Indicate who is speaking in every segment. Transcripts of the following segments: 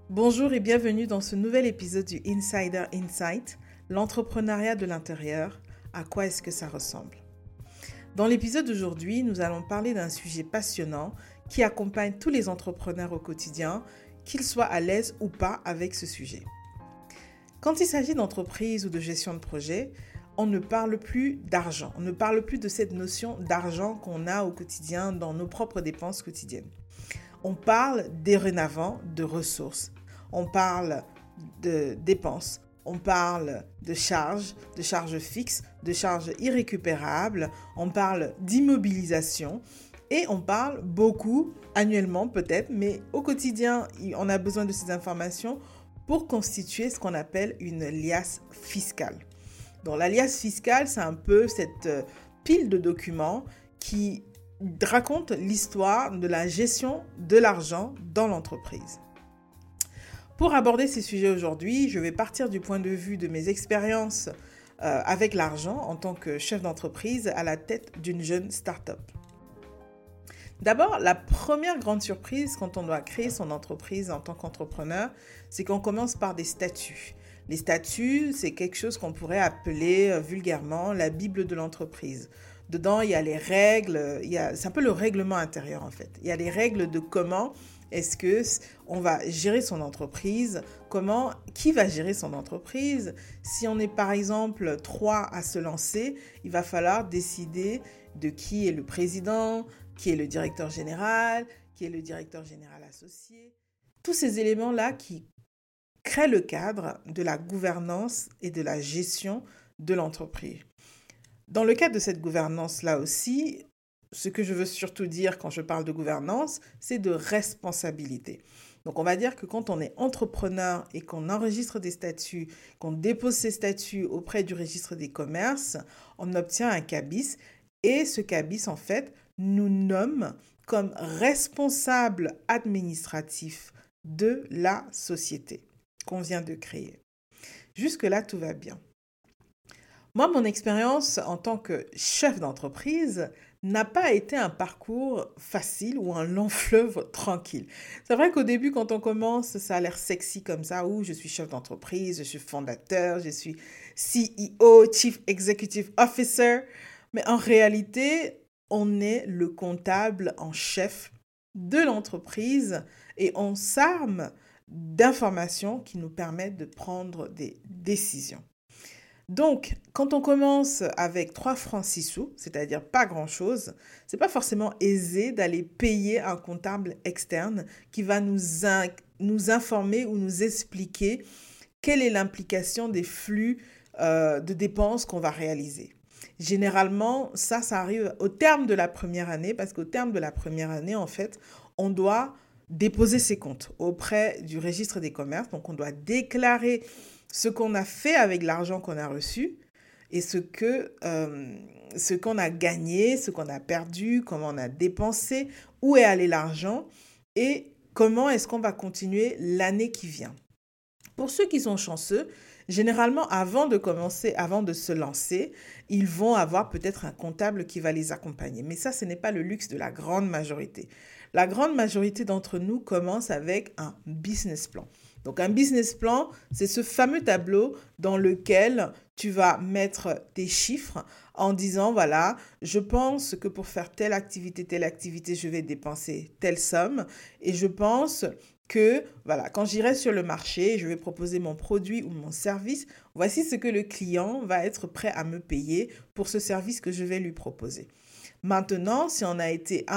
Speaker 1: Bonjour et bienvenue dans ce nouvel épisode du Insider Insight, l'entrepreneuriat de l'intérieur, à quoi est-ce que ça ressemble? Dans l'épisode d'aujourd'hui, nous allons parler d'un sujet passionnant qui accompagne tous les entrepreneurs au quotidien, qu'ils soient à l'aise ou pas avec ce sujet. Quand il s'agit d'entreprise ou de gestion de projet, on ne parle plus d'argent, on ne parle plus de cette notion d'argent qu'on a au quotidien dans nos propres dépenses quotidiennes. On parle dorénavant de ressources, on parle de dépenses, on parle de charges fixes, de charges irrécupérables, on parle d'immobilisation et on parle beaucoup, annuellement peut-être, mais au quotidien, on a besoin de ces informations pour constituer ce qu'on appelle une liasse fiscale. Donc la liasse fiscale, c'est un peu cette pile de documents qui raconte l'histoire de la gestion de l'argent dans l'entreprise. Pour aborder ces sujets aujourd'hui, je vais partir du point de vue de mes expériences avec l'argent en tant que chef d'entreprise à la tête d'une jeune start-up. D'abord, la première grande surprise quand on doit créer son entreprise en tant qu'entrepreneur, c'est qu'on commence par des statuts. Les statuts, c'est quelque chose qu'on pourrait appeler vulgairement la Bible de l'entreprise. Dedans, il y a les règles, c'est un peu le règlement intérieur en fait. Il y a les règles de comment est-ce que on va gérer son entreprise, qui va gérer son entreprise. Si on est par exemple 3 à se lancer, il va falloir décider de qui est le président, qui est le directeur général, qui est le directeur général associé. Tous ces éléments-là qui créent le cadre de la gouvernance et de la gestion de l'entreprise. Dans le cadre de cette gouvernance-là aussi, ce que je veux surtout dire quand je parle de gouvernance, c'est de responsabilité. Donc on va dire que quand on est entrepreneur et qu'on enregistre des statuts, qu'on dépose ces statuts auprès du registre des commerces, on obtient un cabis et ce cabis en fait nous nomme comme responsable administratif de la société qu'on vient de créer. Jusque-là, tout va bien. Moi, mon expérience en tant que chef d'entreprise n'a pas été un parcours facile ou un long fleuve tranquille. C'est vrai qu'au début, quand on commence, ça a l'air sexy comme ça. Ouh, je suis chef d'entreprise, je suis fondateur, je suis CEO, Chief Executive Officer. Mais en réalité, on est le comptable en chef de l'entreprise et on s'arme d'informations qui nous permettent de prendre des décisions. Donc, quand on commence avec 3 francs 6 sous, c'est-à-dire pas grand-chose, c'est pas forcément aisé d'aller payer un comptable externe qui va nous informer ou nous expliquer quelle est l'implication des flux de dépenses qu'on va réaliser. Généralement, ça arrive au terme de la première année, parce qu'au terme de la première année, en fait, on doit déposer ses comptes auprès du registre des commerces. Donc, on doit déclarer ce qu'on a fait avec l'argent qu'on a reçu et ce qu'on a gagné, ce qu'on a perdu, comment on a dépensé, où est allé l'argent et comment est-ce qu'on va continuer l'année qui vient. Pour ceux qui sont chanceux, généralement, avant de se lancer, ils vont avoir peut-être un comptable qui va les accompagner. Mais ça, ce n'est pas le luxe de la grande majorité. La grande majorité d'entre nous commence avec un business plan. Donc, un business plan, c'est ce fameux tableau dans lequel tu vas mettre tes chiffres en disant, voilà, je pense que pour faire telle activité, je vais dépenser telle somme et je pense que, voilà, quand j'irai sur le marché, je vais proposer mon produit ou mon service, voici ce que le client va être prêt à me payer pour ce service que je vais lui proposer. Maintenant, si on a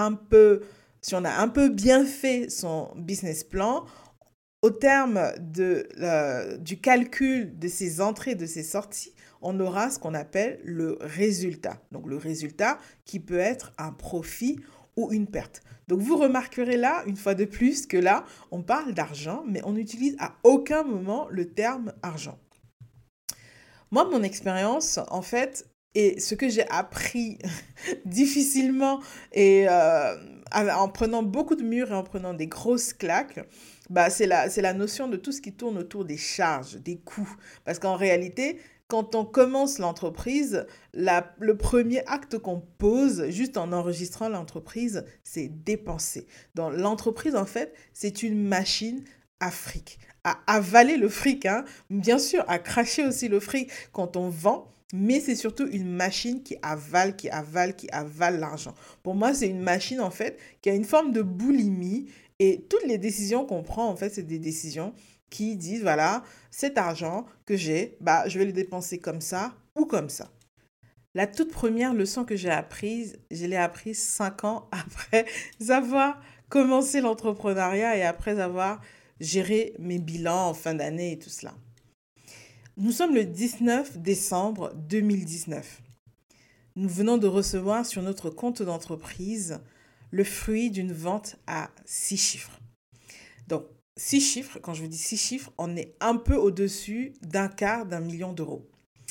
Speaker 1: un peu bien fait son business plan, au terme du calcul de ses entrées, de ses sorties, on aura ce qu'on appelle le résultat. Donc le résultat qui peut être un profit ou une perte. Donc vous remarquerez là, une fois de plus, que là, on parle d'argent, mais on n'utilise à aucun moment le terme argent. Moi, mon expérience, en fait, et ce que j'ai appris difficilement et en prenant beaucoup de murs et en prenant des grosses claques, c'est la notion de tout ce qui tourne autour des charges, des coûts. Parce qu'en réalité, quand on commence l'entreprise, le premier acte qu'on pose, juste en enregistrant l'entreprise, c'est dépenser. Donc l'entreprise, en fait, c'est une machine fric, à avaler le fric, hein. Bien sûr, à cracher aussi le fric quand on vend, mais c'est surtout une machine qui avale, qui avale, qui avale l'argent. Pour moi, c'est une machine, en fait, qui a une forme de boulimie et toutes les décisions qu'on prend, en fait, c'est des décisions qui disent, voilà, cet argent que j'ai, bah, je vais le dépenser comme ça ou comme ça. La toute première leçon que j'ai apprise, je l'ai apprise 5 ans après avoir commencé l'entrepreneuriat et après avoir géré mes bilans en fin d'année et tout cela. Nous sommes le 19 décembre 2019. Nous venons de recevoir sur notre compte d'entreprise le fruit d'une vente à 6 chiffres. Donc, 6 chiffres, quand je vous dis 6 chiffres, on est un peu au-dessus d'un quart d'un million d'euros.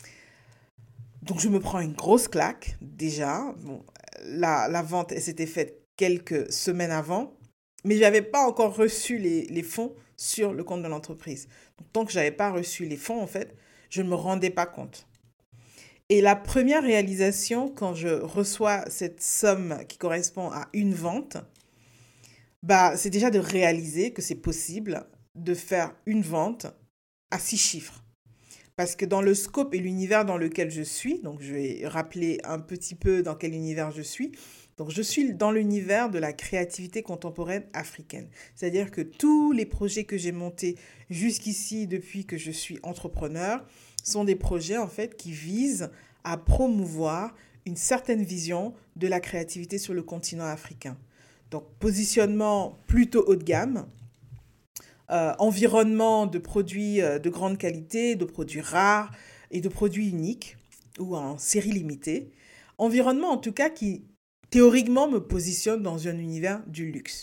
Speaker 1: Donc, je me prends une grosse claque, déjà. Bon, la vente, elle s'était faite quelques semaines avant, mais je n'avais pas encore reçu les fonds sur le compte de l'entreprise. Donc, tant que je n'avais pas reçu les fonds, en fait, je ne me rendais pas compte. Et la première réalisation, quand je reçois cette somme qui correspond à une vente, bah, c'est déjà de réaliser que c'est possible de faire une vente à 6 chiffres. Parce que dans le scope et l'univers dans lequel je suis, donc je vais rappeler un petit peu dans quel univers je suis. Donc je suis dans l'univers de la créativité contemporaine africaine. C'est-à-dire que tous les projets que j'ai montés jusqu'ici depuis que je suis entrepreneur sont des projets en fait qui visent à promouvoir une certaine vision de la créativité sur le continent africain. Donc positionnement plutôt haut de gamme, environnement de produits de grande qualité, de produits rares et de produits uniques ou en série limitée. Environnement en tout cas qui théoriquement me positionne dans un univers du luxe.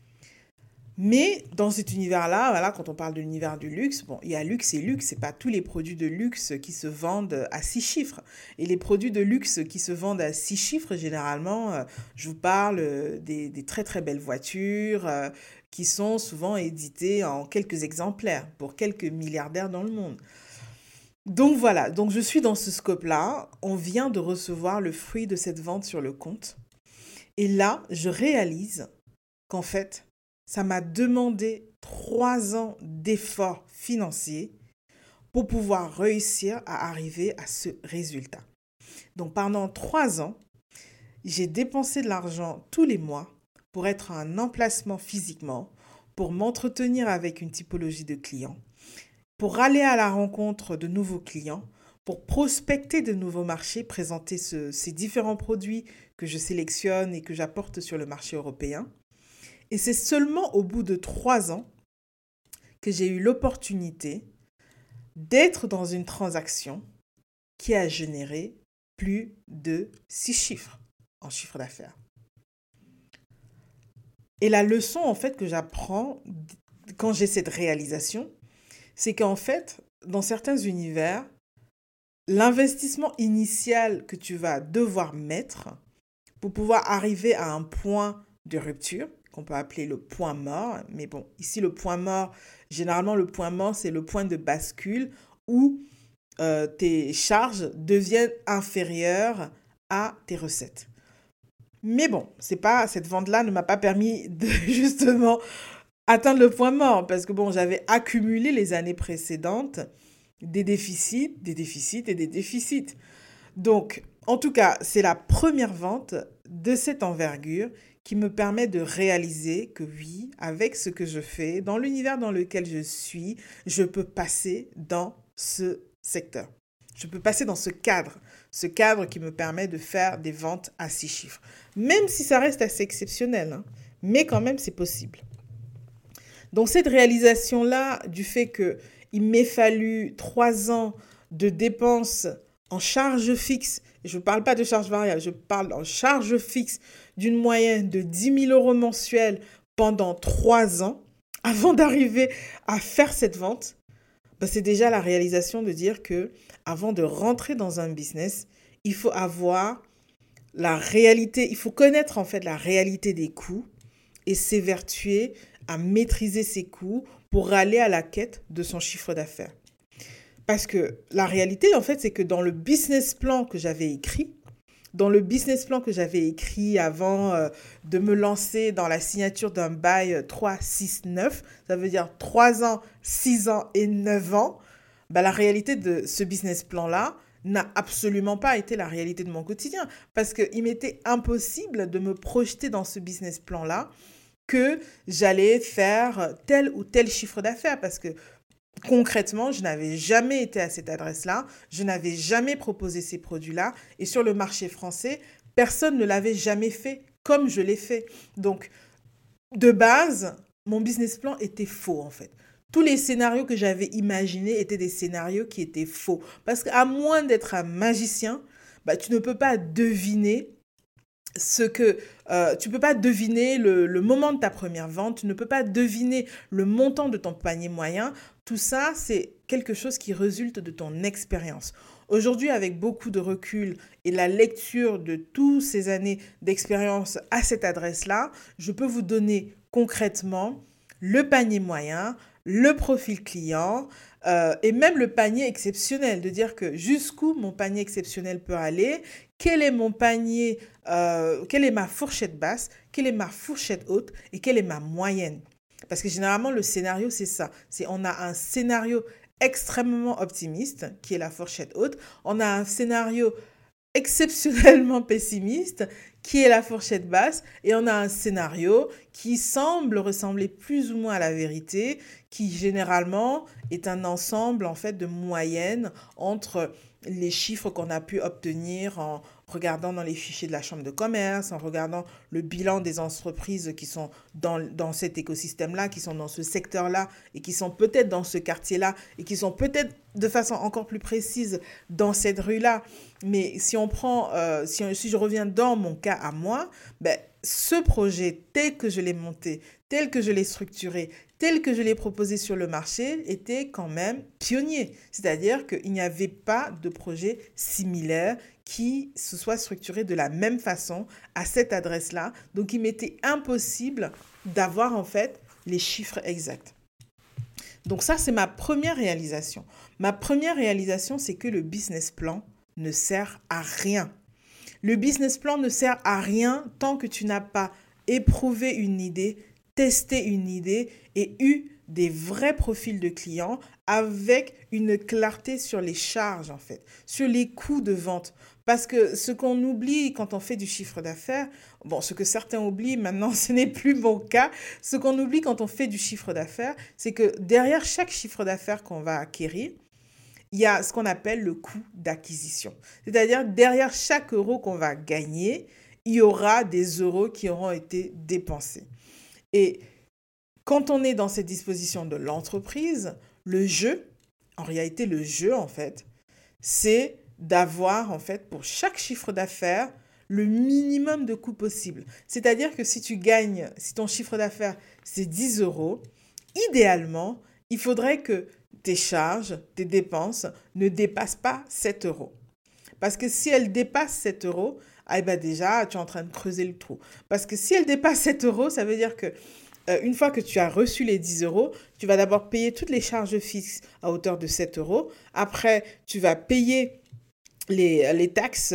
Speaker 1: Mais dans cet univers-là, voilà, quand on parle de l'univers du luxe, bon, il y a luxe et luxe, c'est pas tous les produits de luxe qui se vendent à 6 chiffres. Et les produits de luxe qui se vendent à 6 chiffres, généralement, je vous parle des très très belles voitures qui sont souvent éditées en quelques exemplaires pour quelques milliardaires dans le monde. Donc voilà, donc je suis dans ce scope-là. On vient de recevoir le fruit de cette vente sur le compte. Et là, je réalise qu'en fait, ça m'a demandé 3 ans d'efforts financiers pour pouvoir réussir à arriver à ce résultat. Donc pendant 3 ans, j'ai dépensé de l'argent tous les mois pour être à un emplacement physiquement, pour m'entretenir avec une typologie de clients, pour aller à la rencontre de nouveaux clients, pour prospecter de nouveaux marchés, présenter ces différents produits que je sélectionne et que j'apporte sur le marché européen. Et c'est seulement au bout de 3 ans que j'ai eu l'opportunité d'être dans une transaction qui a généré plus de 6 chiffres en chiffre d'affaires. Et la leçon en fait que j'apprends quand j'ai cette réalisation, c'est qu'en fait, dans certains univers, l'investissement initial que tu vas devoir mettre pour pouvoir arriver à un point de rupture, qu'on peut appeler le point mort. Mais bon, ici, le point mort, généralement, le point mort, c'est le point de bascule où tes charges deviennent inférieures à tes recettes. Mais bon, cette vente-là ne m'a pas permis de justement atteindre le point mort parce que bon, j'avais accumulé les années précédentes des déficits et des déficits. Donc, en tout cas, c'est la première vente de cette envergure qui me permet de réaliser que oui, avec ce que je fais, dans l'univers dans lequel je suis, je peux passer dans ce secteur. Je peux passer dans ce cadre qui me permet de faire des ventes à 6 chiffres. Même si ça reste assez exceptionnel, hein, mais quand même, c'est possible. Donc, cette réalisation-là, du fait qu'il m'ait fallu 3 ans de dépenses en charge fixe, et je ne parle pas de charge variable, je parle en charge fixe d'une moyenne de 10 000 euros mensuels pendant 3 ans, avant d'arriver à faire cette vente, bah c'est déjà la réalisation de dire que avant de rentrer dans un business, il faut avoir la réalité, il faut connaître en fait la réalité des coûts et s'évertuer à maîtriser ses coûts pour aller à la quête de son chiffre d'affaires. Parce que la réalité, en fait, c'est que dans le business plan que j'avais écrit, dans le business plan que j'avais écrit avant de me lancer dans la signature d'un bail 3, 6, 9, ça veut dire 3 ans, 6 ans et 9 ans, bah, la réalité de ce business plan-là n'a absolument pas été la réalité de mon quotidien parce qu'il m'était impossible de me projeter dans ce business plan-là que j'allais faire tel ou tel chiffre d'affaires parce que concrètement, je n'avais jamais été à cette adresse-là, je n'avais jamais proposé ces produits-là et sur le marché français, personne ne l'avait jamais fait comme je l'ai fait. Donc, de base, mon business plan était faux en fait. Tous les scénarios que j'avais imaginés étaient des scénarios qui étaient faux. Parce qu'à moins d'être un magicien, bah, tu ne peux pas deviner tu peux pas deviner le moment de ta première vente, tu ne peux pas deviner le montant de ton panier moyen. Tout ça, c'est quelque chose qui résulte de ton expérience. Aujourd'hui, avec beaucoup de recul et la lecture de toutes ces années d'expérience à cette adresse-là, je peux vous donner concrètement le panier moyen, le profil client et même le panier exceptionnel, de dire que jusqu'où mon panier exceptionnel peut aller, quel est mon panier, quelle est ma fourchette basse, quelle est ma fourchette haute et quelle est ma moyenne. Parce que généralement, le scénario, c'est ça. On a un scénario extrêmement optimiste, qui est la fourchette haute. On a un scénario exceptionnellement pessimiste, qui est la fourchette basse, et on a un scénario qui semble ressembler plus ou moins à la vérité, qui généralement est un ensemble en fait de moyennes entre les chiffres qu'on a pu obtenir en regardant dans les fichiers de la chambre de commerce, en regardant le bilan des entreprises qui sont dans cet écosystème-là, qui sont dans ce secteur-là et qui sont peut-être dans ce quartier-là et qui sont peut-être de façon encore plus précise dans cette rue-là. Mais si on prend, si je reviens dans mon cas à moi, ben, ce projet tel que je l'ai monté, tel que je l'ai structuré, tel que je l'ai proposé sur le marché, était quand même pionnier. C'est-à-dire qu'il n'y avait pas de projet similaire qui se soit structuré de la même façon à cette adresse-là. Donc, il m'était impossible d'avoir en fait les chiffres exacts. Donc ça, c'est ma première réalisation. Ma première réalisation, c'est que le business plan ne sert à rien. Le business plan ne sert à rien tant que tu n'as pas éprouvé une idée, testé une idée et eu des vrais profils de clients avec une clarté sur les charges en fait, sur les coûts de vente. Parce que ce qu'on oublie quand on fait du chiffre d'affaires, bon, ce que certains oublient maintenant, ce n'est plus mon cas, ce qu'on oublie quand on fait du chiffre d'affaires, c'est que derrière chaque chiffre d'affaires qu'on va acquérir, il y a ce qu'on appelle le coût d'acquisition. C'est-à-dire, derrière chaque euro qu'on va gagner, il y aura des euros qui auront été dépensés. Et quand on est dans cette disposition de l'entreprise, le jeu, en réalité, le jeu, en fait, c'est d'avoir, en fait, pour chaque chiffre d'affaires, le minimum de coûts possible. C'est-à-dire que si ton chiffre d'affaires, c'est 10 euros, idéalement, il faudrait que tes charges, tes dépenses ne dépassent pas 7 euros. Parce que si elles dépassent 7 euros, eh ben déjà, tu es en train de creuser le trou. Parce que si elles dépassent 7 euros, ça veut dire que une fois que tu as reçu les 10 euros, tu vas d'abord payer toutes les charges fixes à hauteur de 7 euros. Après, tu vas payer les taxes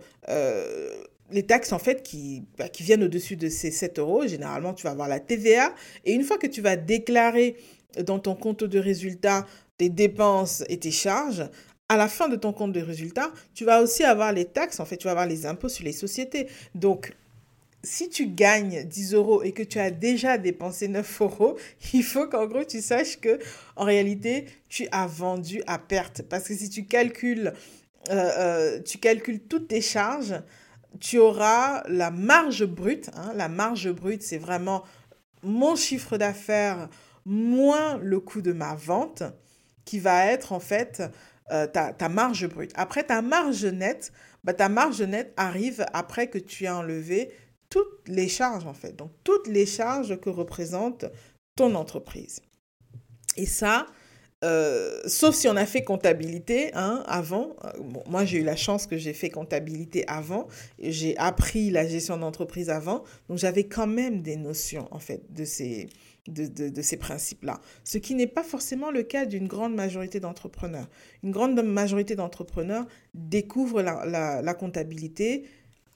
Speaker 1: en fait qui viennent au-dessus de ces 7 euros. Généralement, tu vas avoir la TVA. Et une fois que tu vas déclarer dans ton compte de résultat tes dépenses et tes charges, à la fin de ton compte de résultat, tu vas aussi avoir les taxes. En fait, tu vas avoir les impôts sur les sociétés. Donc, si tu gagnes 10 euros et que tu as déjà dépensé 9 euros, il faut qu'en gros, tu saches que en réalité, tu as vendu à perte. Parce que si tu calcules toutes tes charges, tu auras la marge brute. La marge brute, c'est vraiment mon chiffre d'affaires moins le coût de ma vente qui va être en fait ta marge brute. Après, ta marge nette arrive après que tu aies enlevé toutes les charges en fait. Donc, toutes les charges que représente ton entreprise. Et ça, sauf si on a fait comptabilité avant. Bon, moi, j'ai eu la chance que j'ai fait comptabilité avant. J'ai appris la gestion d'entreprise avant. Donc, j'avais quand même des notions, en fait, de ces principes-là. Ce qui n'est pas forcément le cas d'une grande majorité d'entrepreneurs. Une grande majorité d'entrepreneurs découvrent la comptabilité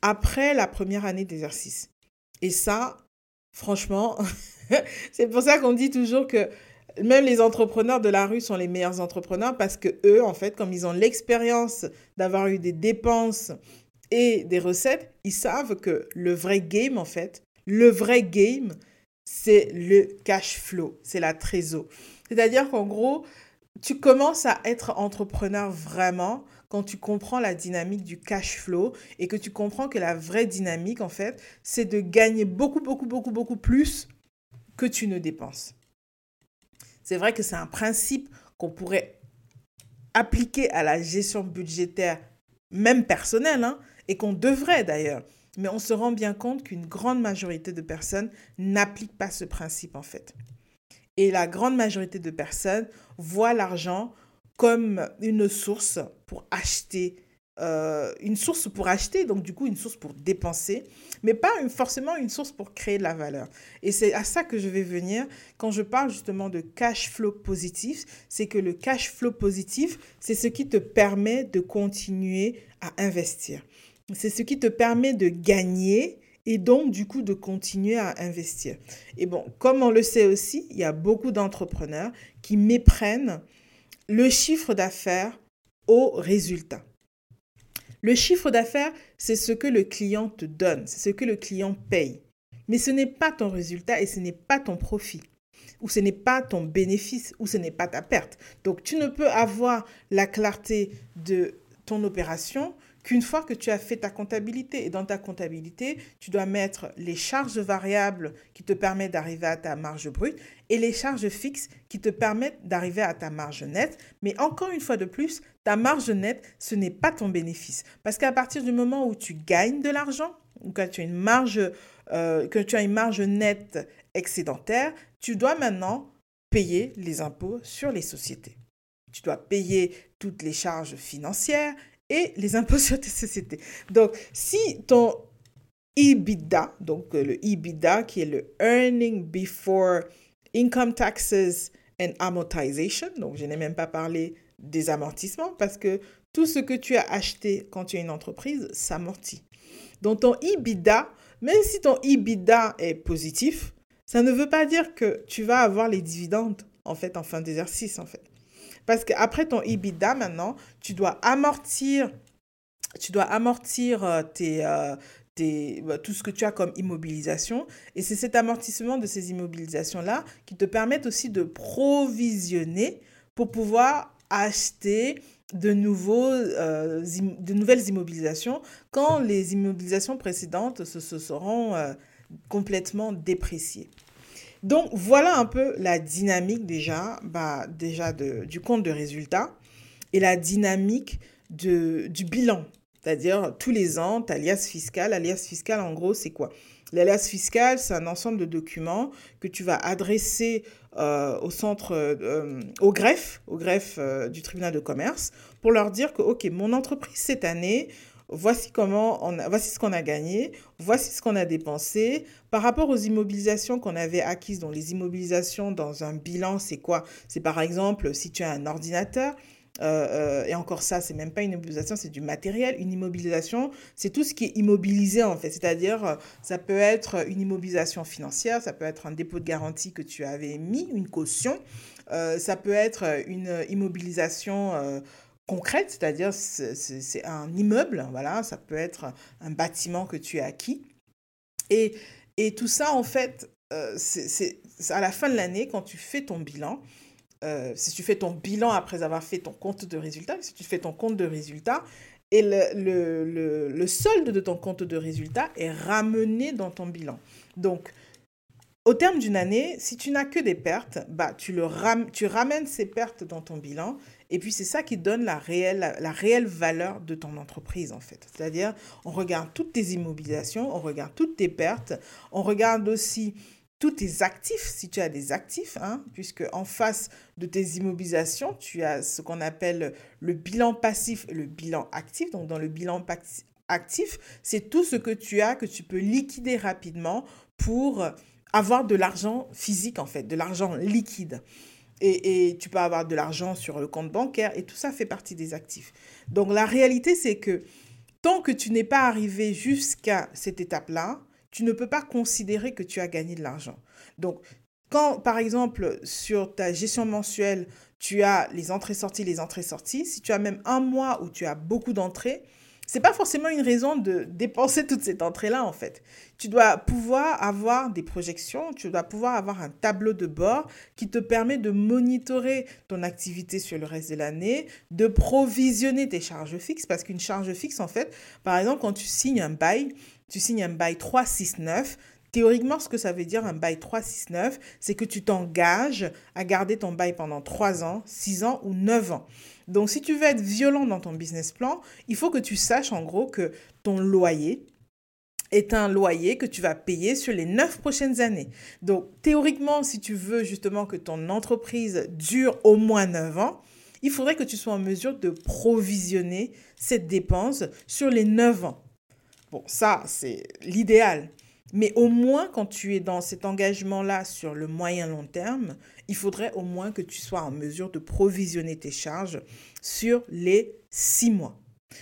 Speaker 1: après la première année d'exercice. Et ça, franchement, c'est pour ça qu'on dit toujours que même les entrepreneurs de la rue sont les meilleurs entrepreneurs parce que eux, en fait, comme ils ont l'expérience d'avoir eu des dépenses et des recettes, ils savent que le vrai game, en fait, le vrai game, c'est le cash flow, c'est la trésor. C'est-à-dire qu'en gros, tu commences à être entrepreneur vraiment quand tu comprends la dynamique du cash flow et que tu comprends que la vraie dynamique, en fait, c'est de gagner beaucoup, beaucoup, beaucoup, beaucoup plus que tu ne dépenses. C'est vrai que c'est un principe qu'on pourrait appliquer à la gestion budgétaire, même personnelle, hein, et qu'on devrait d'ailleurs. Mais on se rend bien compte qu'une grande majorité de personnes n'appliquent pas ce principe en fait. Et la grande majorité de personnes voient l'argent comme une source pour acheter, donc du coup une source pour dépenser, mais pas forcément une source pour créer de la valeur. Et c'est à ça que je vais venir quand je parle justement de cash flow positif, c'est que le cash flow positif, c'est ce qui te permet de continuer à investir. C'est ce qui te permet de gagner et donc du coup de continuer à investir. Et bon, comme on le sait aussi, il y a beaucoup d'entrepreneurs qui méprennent le chiffre d'affaires au résultat. Le chiffre d'affaires, c'est ce que le client te donne, c'est ce que le client paye. Mais ce n'est pas ton résultat et ce n'est pas ton profit, ou ce n'est pas ton bénéfice, ou ce n'est pas ta perte. Donc tu ne peux avoir la clarté de ton opération qu'une fois que tu as fait ta comptabilité. Et dans ta comptabilité, tu dois mettre les charges variables qui te permettent d'arriver à ta marge brute et les charges fixes qui te permettent d'arriver à ta marge nette. Mais encore une fois de plus, ta marge nette, ce n'est pas ton bénéfice. Parce qu'à partir du moment où tu gagnes de l'argent, ou que tu as une marge nette excédentaire, tu dois maintenant payer les impôts sur les sociétés. Tu dois payer toutes les charges financières et les impôts sur tes sociétés. Donc, si ton EBITDA, donc le EBITDA qui est le Earning Before Income Taxes and Amortization, donc je n'ai même pas parlé des amortissements parce que tout ce que tu as acheté quand tu es une entreprise s'amortit. Donc ton EBITDA, même si ton EBITDA est positif, ça ne veut pas dire que tu vas avoir les dividendes en fait en fin d'exercice en fait. Parce qu'après ton EBITDA, maintenant, tu dois amortir tout ce que tu as comme immobilisation. Et c'est cet amortissement de ces immobilisations-là qui te permettent aussi de provisionner pour pouvoir acheter de nouvelles immobilisations quand les immobilisations précédentes se seront complètement dépréciées. Donc, voilà un peu la dynamique déjà du compte de résultat et la dynamique du bilan. C'est-à-dire, tous les ans, tu as l'alias fiscal. L'alias fiscal, en gros, c'est quoi? L'alias fiscal, c'est un ensemble de documents que tu vas adresser au greffe du tribunal de commerce pour leur dire que, OK, mon entreprise cette année, voici ce qu'on a gagné, voici ce qu'on a dépensé. Par rapport aux immobilisations qu'on avait acquises, donc les immobilisations dans un bilan, c'est quoi? C'est par exemple, si tu as un ordinateur, et encore ça, c'est même pas une immobilisation, c'est du matériel. Une immobilisation, c'est tout ce qui est immobilisé en fait. C'est-à-dire, ça peut être une immobilisation financière, ça peut être un dépôt de garantie que tu avais mis, une caution. Ça peut être une immobilisation concrète, c'est-à-dire c'est un immeuble, voilà, ça peut être un bâtiment que tu as acquis. Et tout ça, en fait, c'est à la fin de l'année, quand tu fais ton bilan, si tu fais ton bilan après avoir fait ton compte de résultat, si tu fais ton compte de résultat, et le solde de ton compte de résultat est ramené dans ton bilan. Donc, au terme d'une année, si tu n'as que des pertes, tu ramènes ces pertes dans ton bilan et puis c'est ça qui donne la réelle valeur de ton entreprise en fait. C'est-à-dire, on regarde toutes tes immobilisations, on regarde toutes tes pertes, on regarde aussi tous tes actifs, si tu as des actifs, hein, puisque en face de tes immobilisations, tu as ce qu'on appelle le bilan passif et le bilan actif. Donc, dans le bilan actif, c'est tout ce que tu as que tu peux liquider rapidement pour avoir de l'argent physique, en fait, de l'argent liquide. Et tu peux avoir de l'argent sur le compte bancaire et tout ça fait partie des actifs. Donc, la réalité, c'est que tant que tu n'es pas arrivé jusqu'à cette étape-là, tu ne peux pas considérer que tu as gagné de l'argent. Donc, quand, par exemple, sur ta gestion mensuelle, tu as les entrées-sorties, si tu as même un mois où tu as beaucoup d'entrées, c'est pas forcément une raison de dépenser toute cette entrée-là, en fait. Tu dois pouvoir avoir des projections, tu dois pouvoir avoir un tableau de bord qui te permet de monitorer ton activité sur le reste de l'année, de provisionner tes charges fixes, parce qu'une charge fixe, en fait, par exemple, quand tu signes un bail 369. Théoriquement, ce que ça veut dire un bail 369, c'est que tu t'engages à garder ton bail pendant 3 ans, 6 ans ou 9 ans. Donc, si tu veux être violent dans ton business plan, il faut que tu saches en gros que ton loyer est un loyer que tu vas payer sur les 9 prochaines années. Donc, théoriquement, si tu veux justement que ton entreprise dure au moins 9 ans, il faudrait que tu sois en mesure de provisionner cette dépense sur les 9 ans. Bon, ça, c'est l'idéal. Mais au moins, quand tu es dans cet engagement-là sur le moyen long terme, il faudrait au moins que tu sois en mesure de provisionner tes charges sur les 6 mois.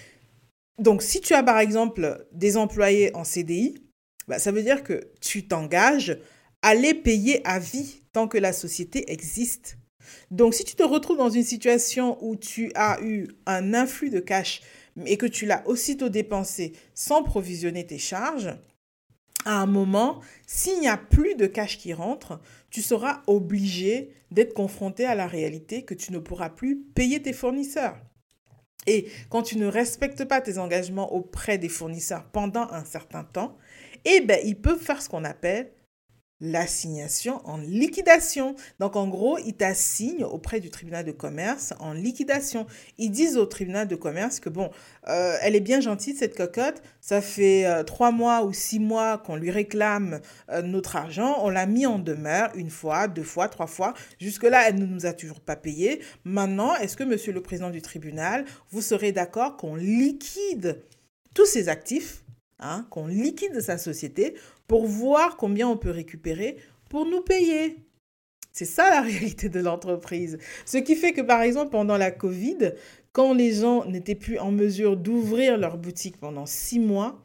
Speaker 1: Donc, si tu as par exemple des employés en CDI, ça veut dire que tu t'engages à les payer à vie tant que la société existe. Donc, si tu te retrouves dans une situation où tu as eu un influx de cash et que tu l'as aussitôt dépensé sans provisionner tes charges, à un moment, s'il n'y a plus de cash qui rentre, tu seras obligé d'être confronté à la réalité que tu ne pourras plus payer tes fournisseurs. Et quand tu ne respectes pas tes engagements auprès des fournisseurs pendant un certain temps, ils peuvent faire ce qu'on appelle l'assignation en liquidation. Donc, en gros, ils t'assignent auprès du tribunal de commerce en liquidation. Ils disent au tribunal de commerce que, elle est bien gentille, cette cocotte. Ça fait 3 mois ou 6 mois qu'on lui réclame notre argent. On l'a mis en demeure 1 fois, 2 fois, 3 fois. Jusque-là, elle ne nous a toujours pas payé. Maintenant, est-ce que, monsieur le président du tribunal, vous serez d'accord qu'on liquide tous ses actifs, qu'on liquide sa société pour voir combien on peut récupérer pour nous payer. C'est ça la réalité de l'entreprise. Ce qui fait que, par exemple, pendant la Covid, quand les gens n'étaient plus en mesure d'ouvrir leur boutique pendant 6 mois,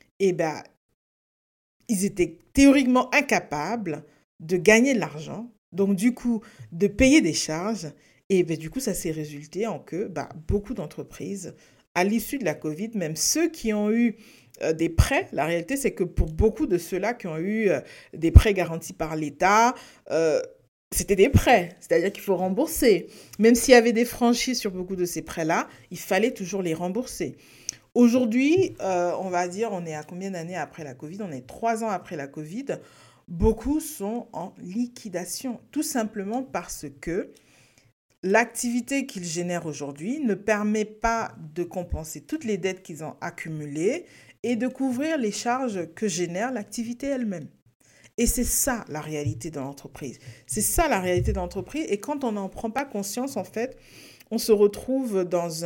Speaker 1: ils étaient théoriquement incapables de gagner de l'argent, donc du coup, de payer des charges. Et du coup, ça s'est résulté en que beaucoup d'entreprises, à l'issue de la Covid, même ceux qui ont eu des prêts, la réalité, c'est que pour beaucoup de ceux-là qui ont eu des prêts garantis par l'État, c'était des prêts, c'est-à-dire qu'il faut rembourser. Même s'il y avait des franchises sur beaucoup de ces prêts-là, il fallait toujours les rembourser. Aujourd'hui, on va dire, on est à combien d'années après la Covid? On est 3 ans après la Covid. Beaucoup sont en liquidation, tout simplement parce que l'activité qu'ils génèrent aujourd'hui ne permet pas de compenser toutes les dettes qu'ils ont accumulées et de couvrir les charges que génère l'activité elle-même. Et c'est ça la réalité de l'entreprise. C'est ça la réalité de l'entreprise. Et quand on n'en prend pas conscience, en fait, on se retrouve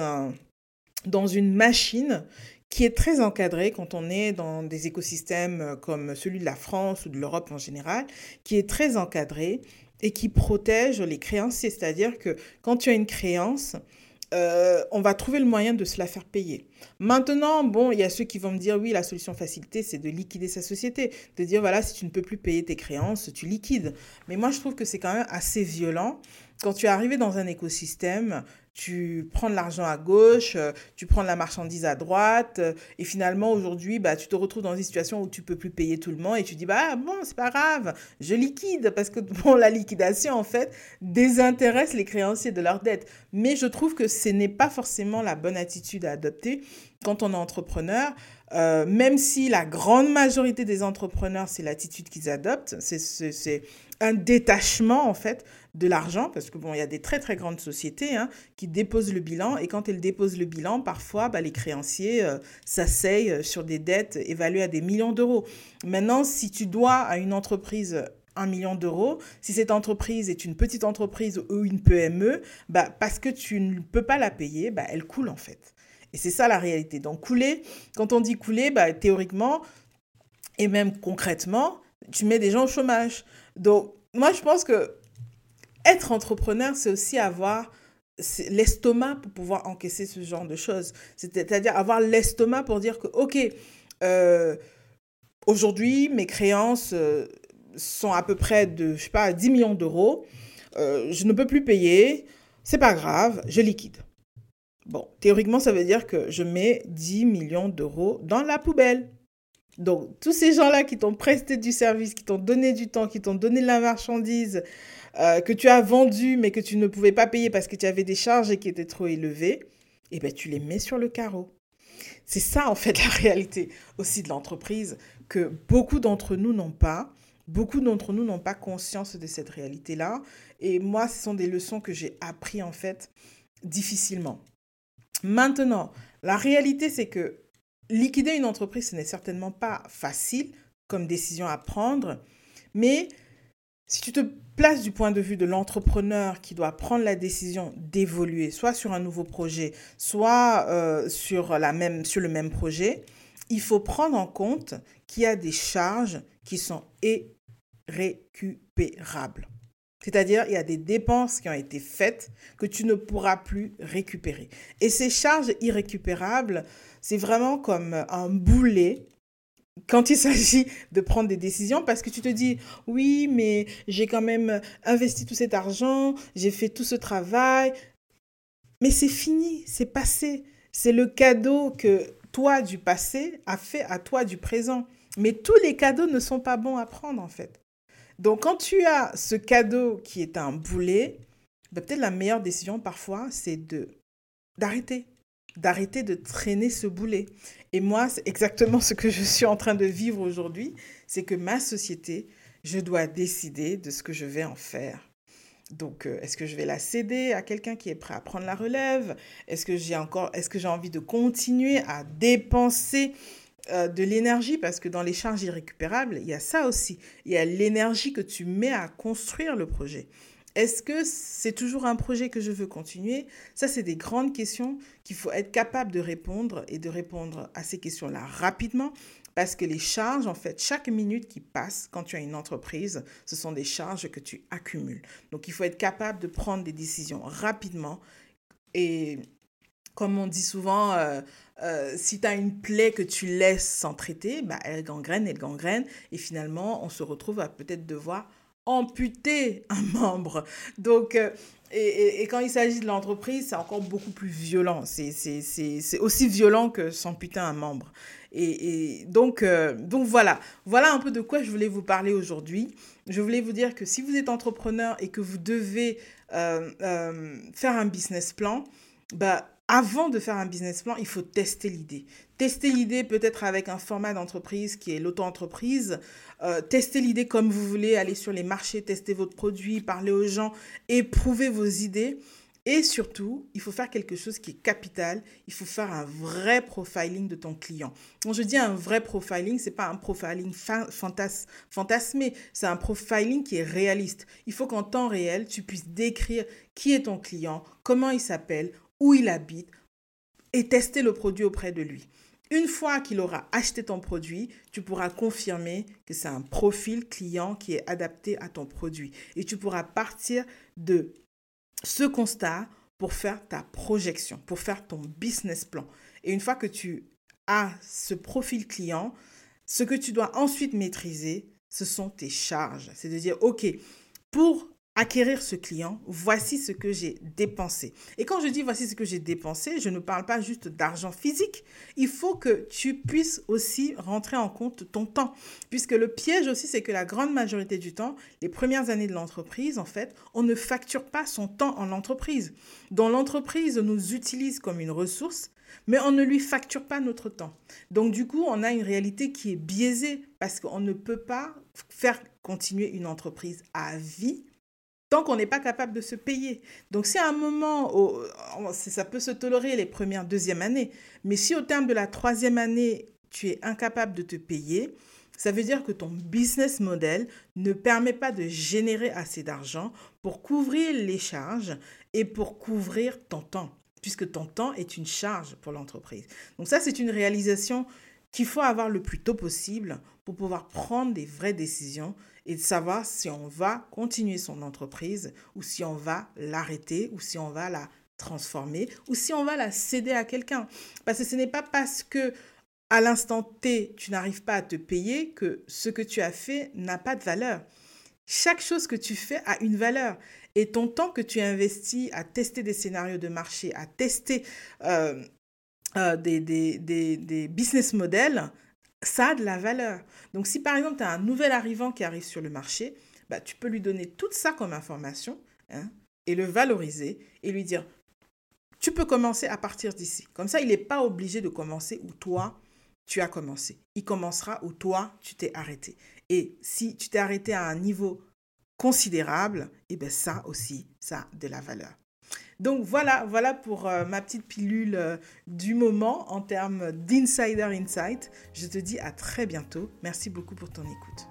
Speaker 1: dans une machine qui est très encadrée quand on est dans des écosystèmes comme celui de la France ou de l'Europe en général, qui est très encadrée et qui protège les créanciers. C'est-à-dire que quand tu as une créance, on va trouver le moyen de se la faire payer. Maintenant, il y a ceux qui vont me dire, oui, la solution facilitée, c'est de liquider sa société. De dire, voilà, si tu ne peux plus payer tes créances, tu liquides. Mais moi, je trouve que c'est quand même assez violent. Quand tu es arrivé dans un écosystème, tu prends de l'argent à gauche, tu prends de la marchandise à droite, et finalement, aujourd'hui, tu te retrouves dans une situation où tu peux plus payer tout le monde, et tu dis, c'est pas grave, je liquide, parce que, la liquidation, en fait, désintéresse les créanciers de leurs dettes. Mais je trouve que ce n'est pas forcément la bonne attitude à adopter quand on est entrepreneur, même si la grande majorité des entrepreneurs, c'est l'attitude qu'ils adoptent, c'est un détachement, en fait, de l'argent, parce que il y a des très très grandes sociétés qui déposent le bilan, et quand elles déposent le bilan, parfois les créanciers s'asseyent sur des dettes évaluées à des millions d'euros. Maintenant, si tu dois à une entreprise 1 million d'euros, si cette entreprise est une petite entreprise ou une PME, parce que tu ne peux pas la payer, elle coule en fait. Et c'est ça la réalité. Donc couler, quand on dit couler, théoriquement et même concrètement, tu mets des gens au chômage. Donc moi je pense que être entrepreneur, c'est aussi avoir l'estomac pour pouvoir encaisser ce genre de choses. C'est-à-dire avoir l'estomac pour dire que, OK, euh, aujourd'hui, mes créances sont à peu près de, je sais pas, 10 millions d'euros. Je ne peux plus payer. C'est pas grave, je liquide. Bon, théoriquement, ça veut dire que je mets 10 millions d'euros dans la poubelle. Donc, tous ces gens-là qui t'ont presté du service, qui t'ont donné du temps, qui t'ont donné de la marchandise, que tu as vendu mais que tu ne pouvais pas payer parce que tu avais des charges qui étaient trop élevées, eh ben, tu les mets sur le carreau. C'est ça, en fait, la réalité aussi de l'entreprise que beaucoup d'entre nous n'ont pas. Beaucoup d'entre nous n'ont pas conscience de cette réalité-là. Et moi, ce sont des leçons que j'ai appris, en fait, difficilement. Maintenant, la réalité, c'est que liquider une entreprise, ce n'est certainement pas facile comme décision à prendre, mais si tu te places du point de vue de l'entrepreneur qui doit prendre la décision d'évoluer, soit sur un nouveau projet, soit sur le même projet, il faut prendre en compte qu'il y a des charges qui sont irrécupérables. C'est-à-dire, il y a des dépenses qui ont été faites que tu ne pourras plus récupérer. Et ces charges irrécupérables, c'est vraiment comme un boulet quand il s'agit de prendre des décisions parce que tu te dis, oui, mais j'ai quand même investi tout cet argent, j'ai fait tout ce travail, mais c'est fini, c'est passé. C'est le cadeau que toi du passé a fait à toi du présent. Mais tous les cadeaux ne sont pas bons à prendre en fait. Donc, quand tu as ce cadeau qui est un boulet, ben, peut-être la meilleure décision parfois, c'est d'arrêter. D'arrêter de traîner ce boulet. Et moi, c'est exactement ce que je suis en train de vivre aujourd'hui. C'est que ma société, je dois décider de ce que je vais en faire. Donc, est-ce que je vais la céder à quelqu'un qui est prêt à prendre la relève? Est-ce que j'ai envie de continuer à dépenser de l'énergie, parce que dans les charges irrécupérables, il y a ça aussi. Il y a l'énergie que tu mets à construire le projet. Est-ce que c'est toujours un projet que je veux continuer? Ça, c'est des grandes questions qu'il faut être capable de répondre et de répondre à ces questions-là rapidement parce que les charges, en fait, chaque minute qui passe quand tu as une entreprise, ce sont des charges que tu accumules. Donc, il faut être capable de prendre des décisions rapidement et comme on dit souvent, si tu as une plaie que tu laisses sans traiter, bah, elle gangrène, et finalement, on se retrouve à peut-être devoir amputer un membre. Donc, et quand il s'agit de l'entreprise, c'est encore beaucoup plus violent. C'est aussi violent que s'amputer un membre. Donc voilà. Voilà un peu de quoi je voulais vous parler aujourd'hui. Je voulais vous dire que si vous êtes entrepreneur et que vous devez faire un business plan, bah, avant de faire un business plan, il faut tester l'idée. Tester l'idée peut-être avec un format d'entreprise qui est l'auto-entreprise. Tester l'idée comme vous voulez, aller sur les marchés, tester votre produit, parler aux gens, éprouver vos idées. Et surtout, il faut faire quelque chose qui est capital. Il faut faire un vrai profiling de ton client. Quand je dis un vrai profiling, ce n'est pas un profiling fantasmé. C'est un profiling qui est réaliste. Il faut qu'en temps réel, tu puisses décrire qui est ton client, comment il s'appelle, où il habite et tester le produit auprès de lui. Une fois qu'il aura acheté ton produit, tu pourras confirmer que c'est un profil client qui est adapté à ton produit. Et tu pourras partir de ce constat pour faire ta projection, pour faire ton business plan. Et une fois que tu as ce profil client, ce que tu dois ensuite maîtriser, ce sont tes charges. C'est de dire, OK, pour acquérir ce client, voici ce que j'ai dépensé. Et quand je dis voici ce que j'ai dépensé, je ne parle pas juste d'argent physique. Il faut que tu puisses aussi rentrer en compte ton temps. Puisque le piège aussi, c'est que la grande majorité du temps, les premières années de l'entreprise, en fait, on ne facture pas son temps en entreprise. Donc l'entreprise nous utilise comme une ressource, mais on ne lui facture pas notre temps. Donc du coup, on a une réalité qui est biaisée parce qu'on ne peut pas faire continuer une entreprise à vie tant qu'on n'est pas capable de se payer. Donc, c'est un moment où ça peut se tolérer les premières, deuxième années. Mais si au terme de la troisième année, tu es incapable de te payer, ça veut dire que ton business model ne permet pas de générer assez d'argent pour couvrir les charges et pour couvrir ton temps, puisque ton temps est une charge pour l'entreprise. Donc, ça, c'est une réalisation qu'il faut avoir le plus tôt possible pour pouvoir prendre des vraies décisions et de savoir si on va continuer son entreprise ou si on va l'arrêter ou si on va la transformer ou si on va la céder à quelqu'un. Parce que ce n'est pas parce que à l'instant T, tu n'arrives pas à te payer que ce que tu as fait n'a pas de valeur. Chaque chose que tu fais a une valeur. Et ton temps que tu investis à tester des scénarios de marché, à tester des business models, ça a de la valeur. Donc, si par exemple, tu as un nouvel arrivant qui arrive sur le marché, bah, tu peux lui donner tout ça comme information, hein, et le valoriser et lui dire, tu peux commencer à partir d'ici. Comme ça, il n'est pas obligé de commencer où toi, tu as commencé. Il commencera où toi, tu t'es arrêté. Et si tu t'es arrêté à un niveau considérable, et bien ça aussi, ça a de la valeur. Donc voilà pour ma petite pilule du moment en termes d'Insider Insight. Je te dis à très bientôt. Merci beaucoup pour ton écoute.